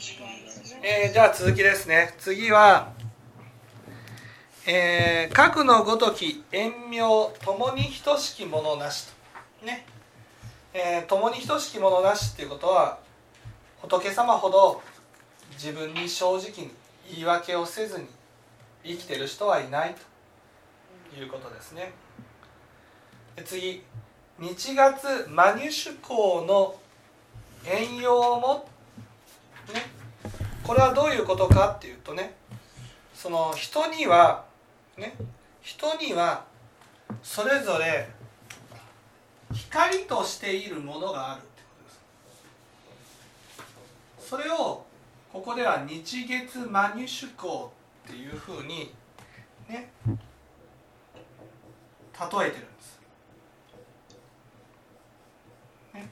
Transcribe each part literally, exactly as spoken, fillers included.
えー、じゃあ続きですね。次は、えー、核のごとき遠妙共に等しきものなしとね、えー、共に等しきものなしっていうことは、仏様ほど自分に正直に言い訳をせずに生きてる人はいないということですね。で次、日月マニュシュ項の遠用もね、これはどういうことかっていうとね、その人にはね、人にはそれぞれ光としているものがあるってことです。それをここでは日月マニュシュ項っていうふうにね、例えてるんです、ね、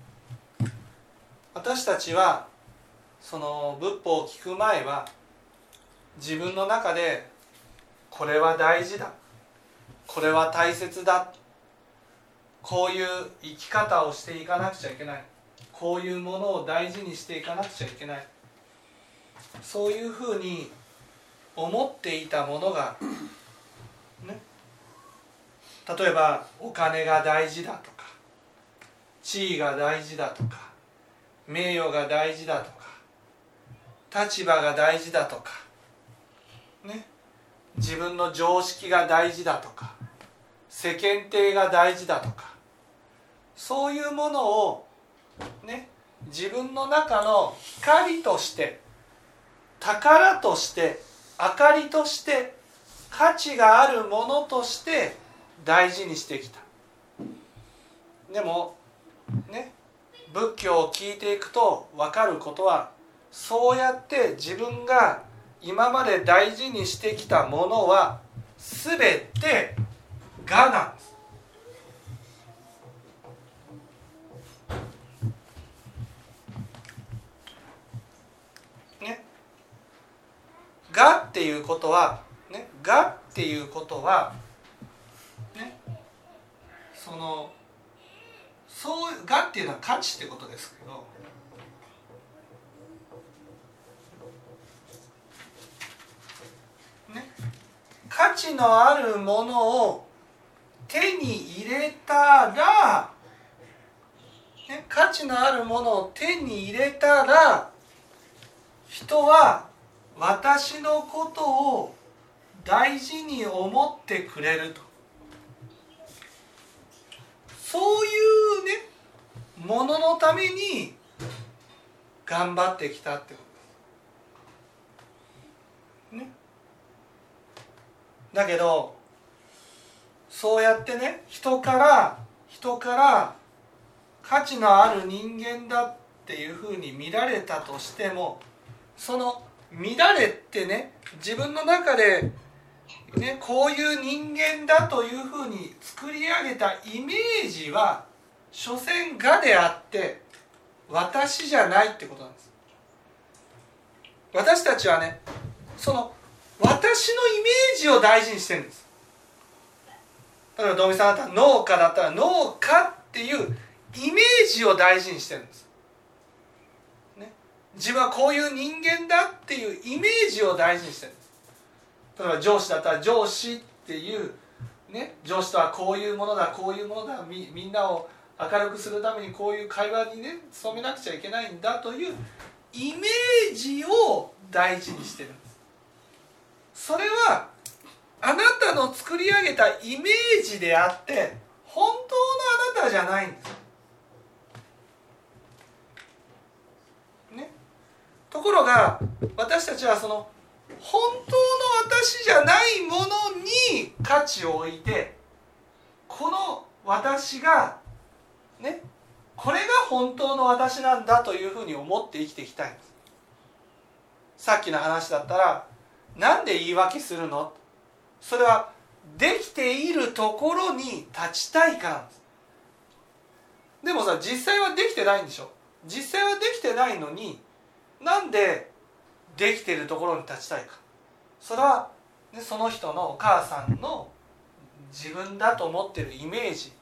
私たちはその仏法を聞く前は自分の中でこれは大事だ、これは大切だ、こういう生き方をしていかなくちゃいけない、こういうものを大事にしていかなくちゃいけない、そういうふうに思っていたものが、ね、例えばお金が大事だとか、地位が大事だとか、名誉が大事だとか、立場が大事だとか、ね、自分の常識が大事だとか、世間体が大事だとか、そういうものを、ね、自分の中の光として、宝として、明かりとして、価値があるものとして大事にしてきた。でもね、仏教を聞いていくと分かることは、そうやって自分が今まで大事にしてきたものは全て我なんです。ね、我っていうことは、ね、我っていうことは、ね、そのそう我っていうのは価値ってことですけど、ね、価値のあるものを手に入れたら、ね、価値のあるものを手に入れたら、人は私のことを大事に思ってくれると、そういうねもののために頑張ってきたってことですね。だけどそうやってね、人から人から価値のある人間だっていうふうに見られたとしても、その見られてね、自分の中でね、こういう人間だというふうに作り上げたイメージは所詮我であって私じゃないってことなんです。私たちはね、その私のイメージを大事にしてるんです。例えば道美さんだったら農家だったら農家っていうイメージを大事にしてるんです、ね、自分はこういう人間だっていうイメージを大事にしてるんです。例えば上司だったら上司っていう、ね、上司とはこういうものだ、こういうものだ、 み, みんなを明るくするためにこういう会話にね努めなくちゃいけないんだというイメージを大事にしてるんです。それはあなたの作り上げたイメージであって本当のあなたじゃないんです、ね、ところが私たちはその本当の私じゃないものに価値を置いて、この私がね、これが本当の私なんだというふうに思って生きていきたいんです。さっきの話だったら、なんで言い訳するの？それはできているところに立ちたいからなんです。でもさ、実際はできてないんでしょ。実際はできてないのに、なんでできているところに立ちたいか。それは、ね、その人のお母さんの自分だと思っているイメージ、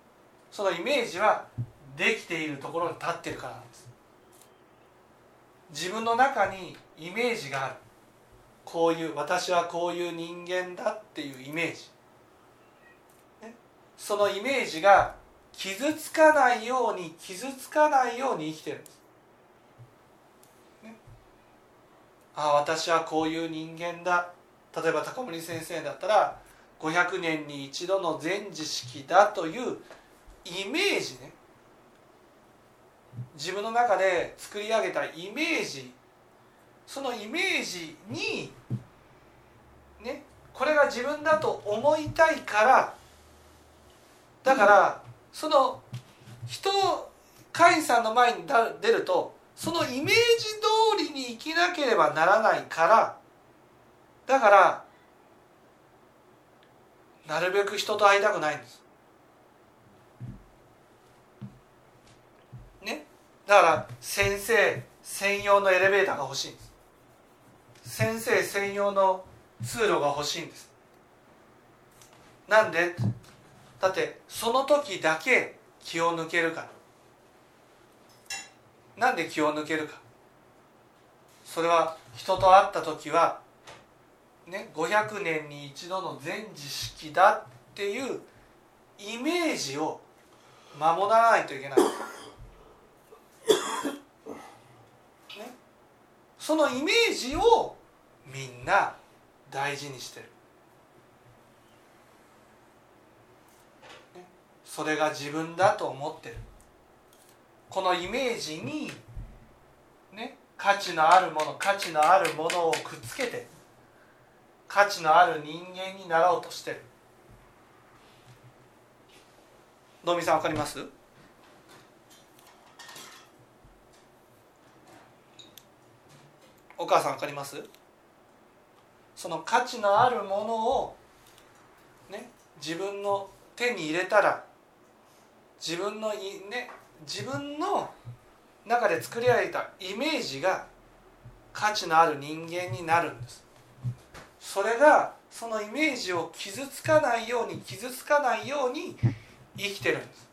そのイメージはできているところに立っているからなんです。 自分の中にイメージがある。こういう私はこういう人間だっていうイメージ、ね、そのイメージが傷つかないように傷つかないように生きてるんです、ね、ああ私はこういう人間だ。例えば高森先生だったらごひゃくねんに一度の全知識だというイメージね、自分の中で作り上げたイメージ、そのイメージにね、これが自分だと思いたいから、だからその人会員さんの前に出るとそのイメージ通りに生きなければならないから、だからなるべく人と会いたくないんですね。だから先生専用のエレベーターが欲しいんです。先生専用の通路が欲しいんです。なんで？だってその時だけ気を抜けるから。なんで気を抜けるか。それは人と会った時はね、ごひゃくねんに一度の全知識だっていうイメージを守らないといけない、ね、そのイメージをみんな大事にしてる、ね、それが自分だと思ってる。このイメージに、ね、価値のあるもの価値のあるものをくっつけて価値のある人間になろうとしてる。能見さん分かります？お母さん分かります？その価値のあるものを、ね、自分の手に入れたら自分のい、ね、自分の中で作り上げたイメージが価値のある人間になるんです。それがそのイメージを傷つかないように傷つかないように生きてるんです。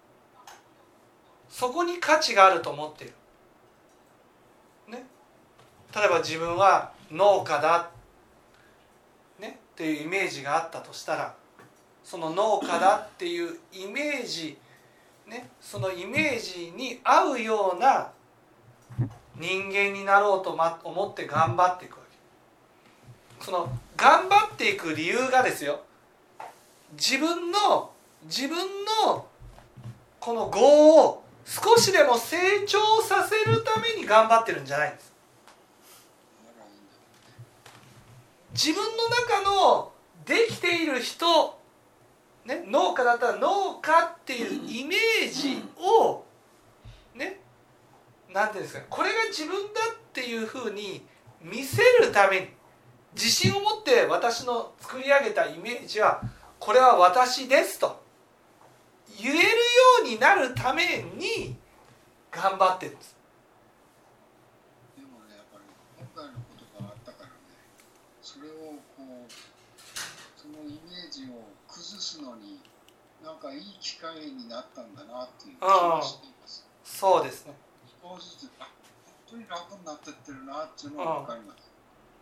そこに価値があると思っている、ね、例えば自分は農家だ、ね、っていうイメージがあったとしたら、その農家だっていうイメージ、ね、そのイメージに合うような人間になろうと思って頑張っていくわけ。その頑張っていく理由がですよ、自分の自分のこの業を少しでも成長させるために頑張ってるんじゃないんです。自分の中のできている人、ね、農家だったら農家っていうイメージをね、なんていうんですか、これが自分だっていうふうに見せるために、自信を持って私の作り上げたイメージはこれは私ですと言えるようになるために頑張ってるんです。 でもね、やっぱり今回のことがあったからね、それをこうそのイメージを崩すのになんかいい機会になったんだなっていう気がしています。 そうですね。 少しずつあ本当に楽になってってるなっていうのが分かります。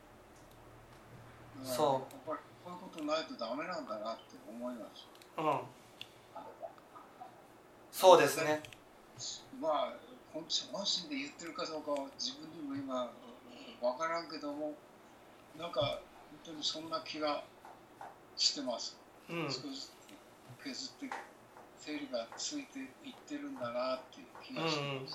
だからそうやっぱりこういうことないとダメなんだなって思います。 うん、そうですね。 まあ本心で言ってるかどうかは自分にも今分からんけども、なんか本当にそんな気がしてます。うん、少しずつ削って整理がついていってるんだなっていう気がしてます。うんうん、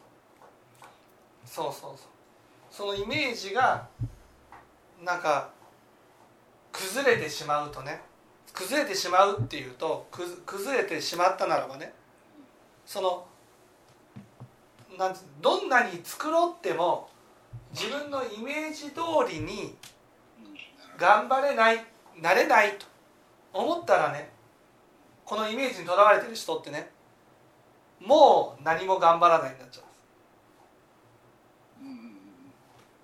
そうそうそう。そのイメージがなんか崩れてしまうとね、崩れてしまうっていうと崩れてしまったならばね、そのなんつどんなに作ろうっても自分のイメージ通りに頑張れないなれないと思ったらね、このイメージにとらわれてる人ってね、もう何も頑張らないになっちゃうんです。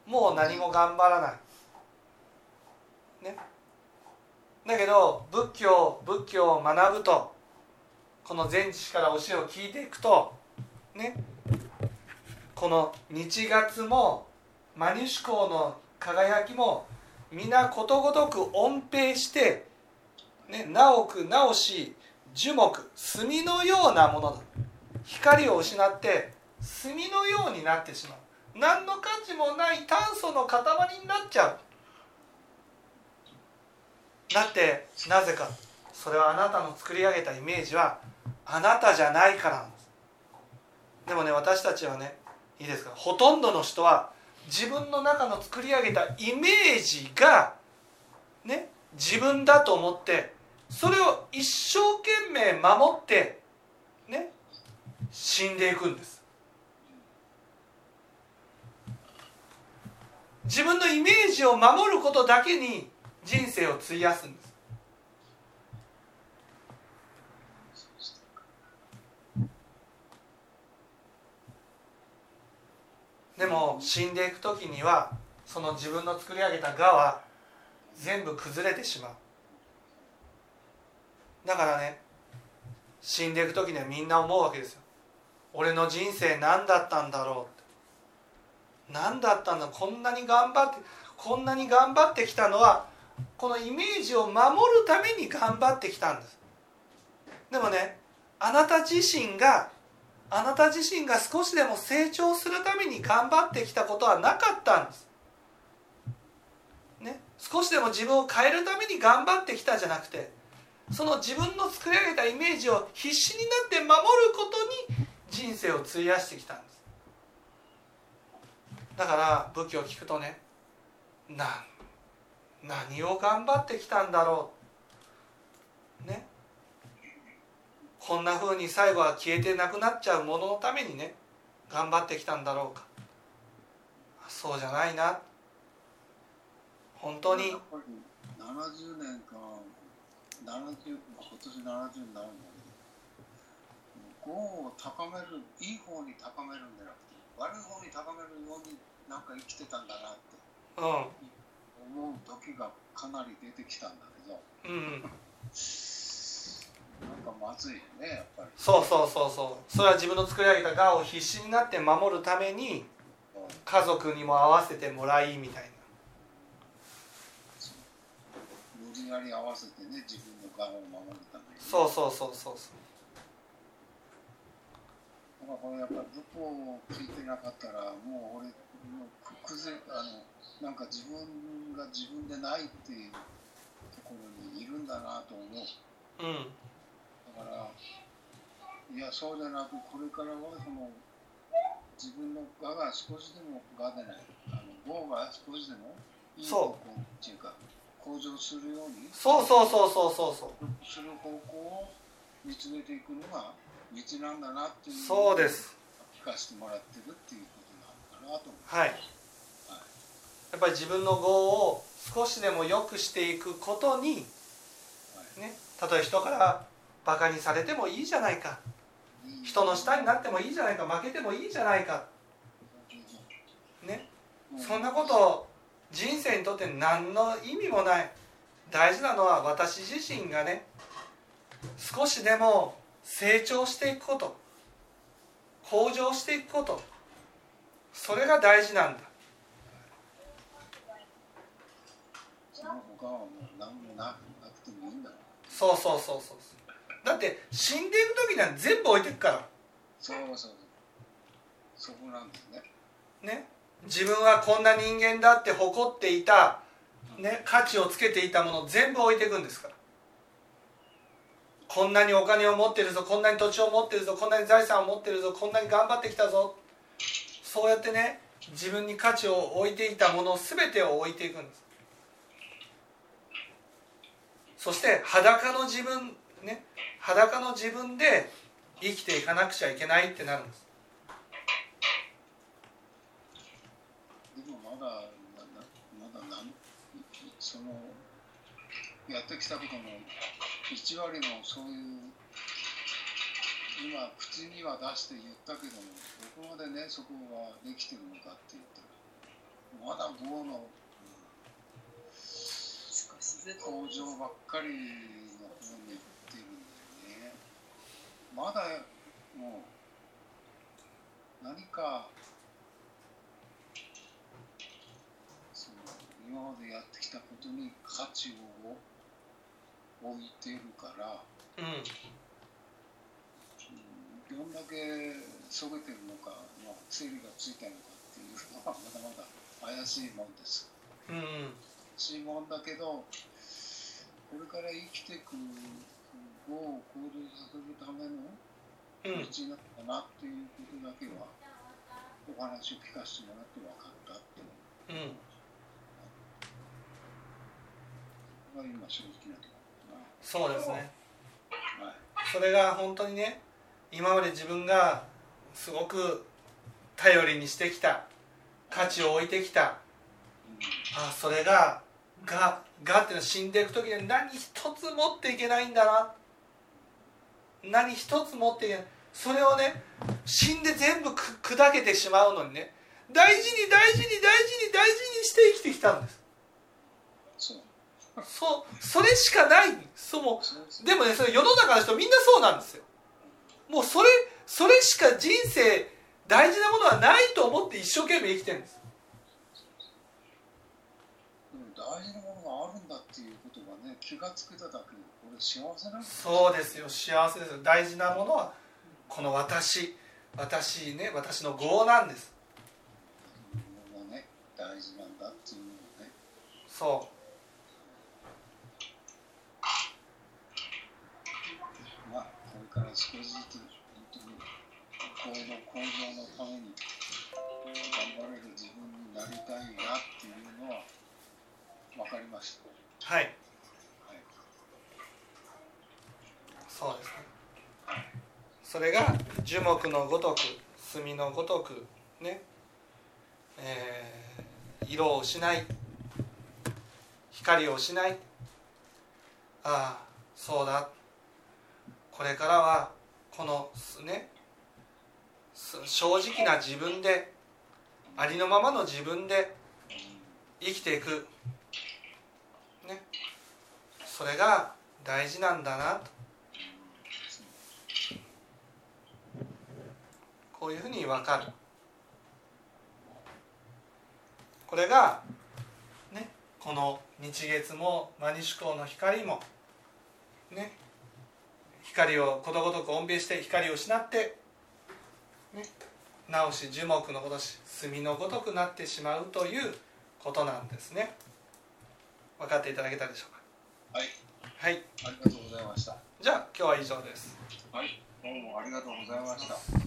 もう何も頑張らないね。だけど仏教仏教を学ぶと、この全知識から教えを聞いていくとね、 この日月もマニュシコの輝きも皆ことごとく隠蔽して、ね、直く直し樹木炭のようなものだ。光を失って炭のようになってしまう。何の価値もない炭素の塊になっちゃう。だってなぜか、それはあなたの作り上げたイメージはあなたじゃないからなんです。でもね、私たちはね、いいですか、ほとんどの人は自分の中の作り上げたイメージがね、自分だと思ってそれを一生懸命守ってね、死んでいくんです。自分のイメージを守ることだけに人生を費やすんです。でも死んでいく時にはその自分の作り上げた我は全部崩れてしまう。だからね、死んでいく時にはみんな思うわけですよ。俺の人生何だったんだろうって。何だったんだ、こんなに頑張ってこんなに頑張ってきたのはこのイメージを守るために頑張ってきたんです。でもね、あなた自身があなた自身が少しでも成長するために頑張ってきたことはなかったんです、ね、少しでも自分を変えるために頑張ってきたじゃなくて、その自分の作り上げたイメージを必死になって守ることに人生を費やしてきたんです。だから仏教を聞くとね、な何を頑張ってきたんだろうね、こんな風に最後は消えてなくなっちゃうもののためにね頑張ってきたんだろうか。そうじゃないな。本当にななじゅうねんかななじゅう、今年ななじゅうになるんだけど、業を高める、いい方に高めるんじゃなくて悪い方に高めるようになんか生きてたんだなって思う時がかなり出てきたんだけど、うん、なんかまずいよね、やっぱり。 そうそうそうそう。それは自分の作り上げた我を必死になって守るために家族にも合わせてもらいみたいな。 無理やり合わせてね、自分の我を守るために、ね。 そうそうそうそうそう。 だからこれやっぱり仏法を聞いてなかったらもう俺もう崩れあのなんか自分が自分でないっていうところにいるんだなと思う。うん。だからいやそうじゃなく、これからはその自分の我が少しでも我でないあの業が少しでもいい方向っていうか向上するように、 そうそうそうそうそうそうする方向を見つめていくのが道なんだなっていうのをそうです聞かせてもらってるっていうことなのかなと思う。 はい、はい、やっぱり自分の業を少しでも良くしていくことに、はいね、たとえ人からバカにされてもいいじゃないか、人の下になってもいいじゃないか、負けてもいいじゃないか、ね、そんなこと人生にとって何の意味もない。大事なのは私自身がね少しでも成長していくこと、向上していくこと、それが大事なんだ。 その他はもう何もなくてもいいんだろう。 そうそうそうそう。だって死んでいく時には全部置いていくから。 そうそうそう。そこなんですね。 ね、自分はこんな人間だって誇っていた、ね、価値をつけていたものを全部置いていくんですから。こんなにお金を持ってるぞ、こんなに土地を持ってるぞ、こんなに財産を持ってるぞ、こんなに頑張ってきたぞ、そうやってね自分に価値を置いていたもの全てを置いていくんです。そして裸の自分ね、裸の自分で生きていかなくちゃいけないってなるんです。 でもまだまだまだなんそのやってきたことのいち割もそういう今口には出して言ったけども、どこまでねそこができてるのかって言ったらまだ業の、うん、向上ばっかりの方に行ってるんだよね。まだもう何かことに価値を置いてるから、 うん、 どんだけそげてるのか、まあ、整理がついたのかっていうのはまだまだ怪しいもんです。 うん、 怪しいもんだけど、これから生きていくを行動させるための道なのかなっていうことだけは、お話を聞かせてもらって分かったっていうのが、うん、今正直なところかな。 そうですね、 はい、 それが本当にね、今まで自分がすごく頼りにしてきた価値を置いてきた、うん、あそれがががっていうのは死んでいく時に何一つ持っていけないんだな、何一つ持っていけない、それをね死んで全部く砕けてしまうのにね、大事に大事に大事に大事にして生きてきたんです。 そうそ, それしかない。そうもでもね、それ世の中の人みんなそうなんですよ。もうそれそれしか人生大事なものはないと思って一生懸命生きてるんです。 でも大事なものがあるんだっていうことがね、気がつけただけでこれ幸せなんです。 そうですよ、幸せですよ。大事なものはこの私私ね、私の業なんです。 もうね、大事なんだっていうのをね。 そう。 まあこれから少しずつ本当に向上のために頑張れる自分になりたいなっていうのは分かりました。 はい。 はい、 そうですね。それが樹木のごとく墨のごとくね、えー、色を失い光を失い、ああそうだ、これからはこのね正直な自分でありのままの自分で生きていく、ね、それが大事なんだなと、こういうふうに分かる。これが、ね、この日月もマニシュコの光も、ね、光をことごとく隠蔽して光を失って、ね、なおし樹木のごとし墨のごとくなってしまうということなんですね。分かっていただけたでしょうか。 はい、 はい、 ありがとうございました。 じゃあ今日は以上です。 はい、どうもありがとうございました。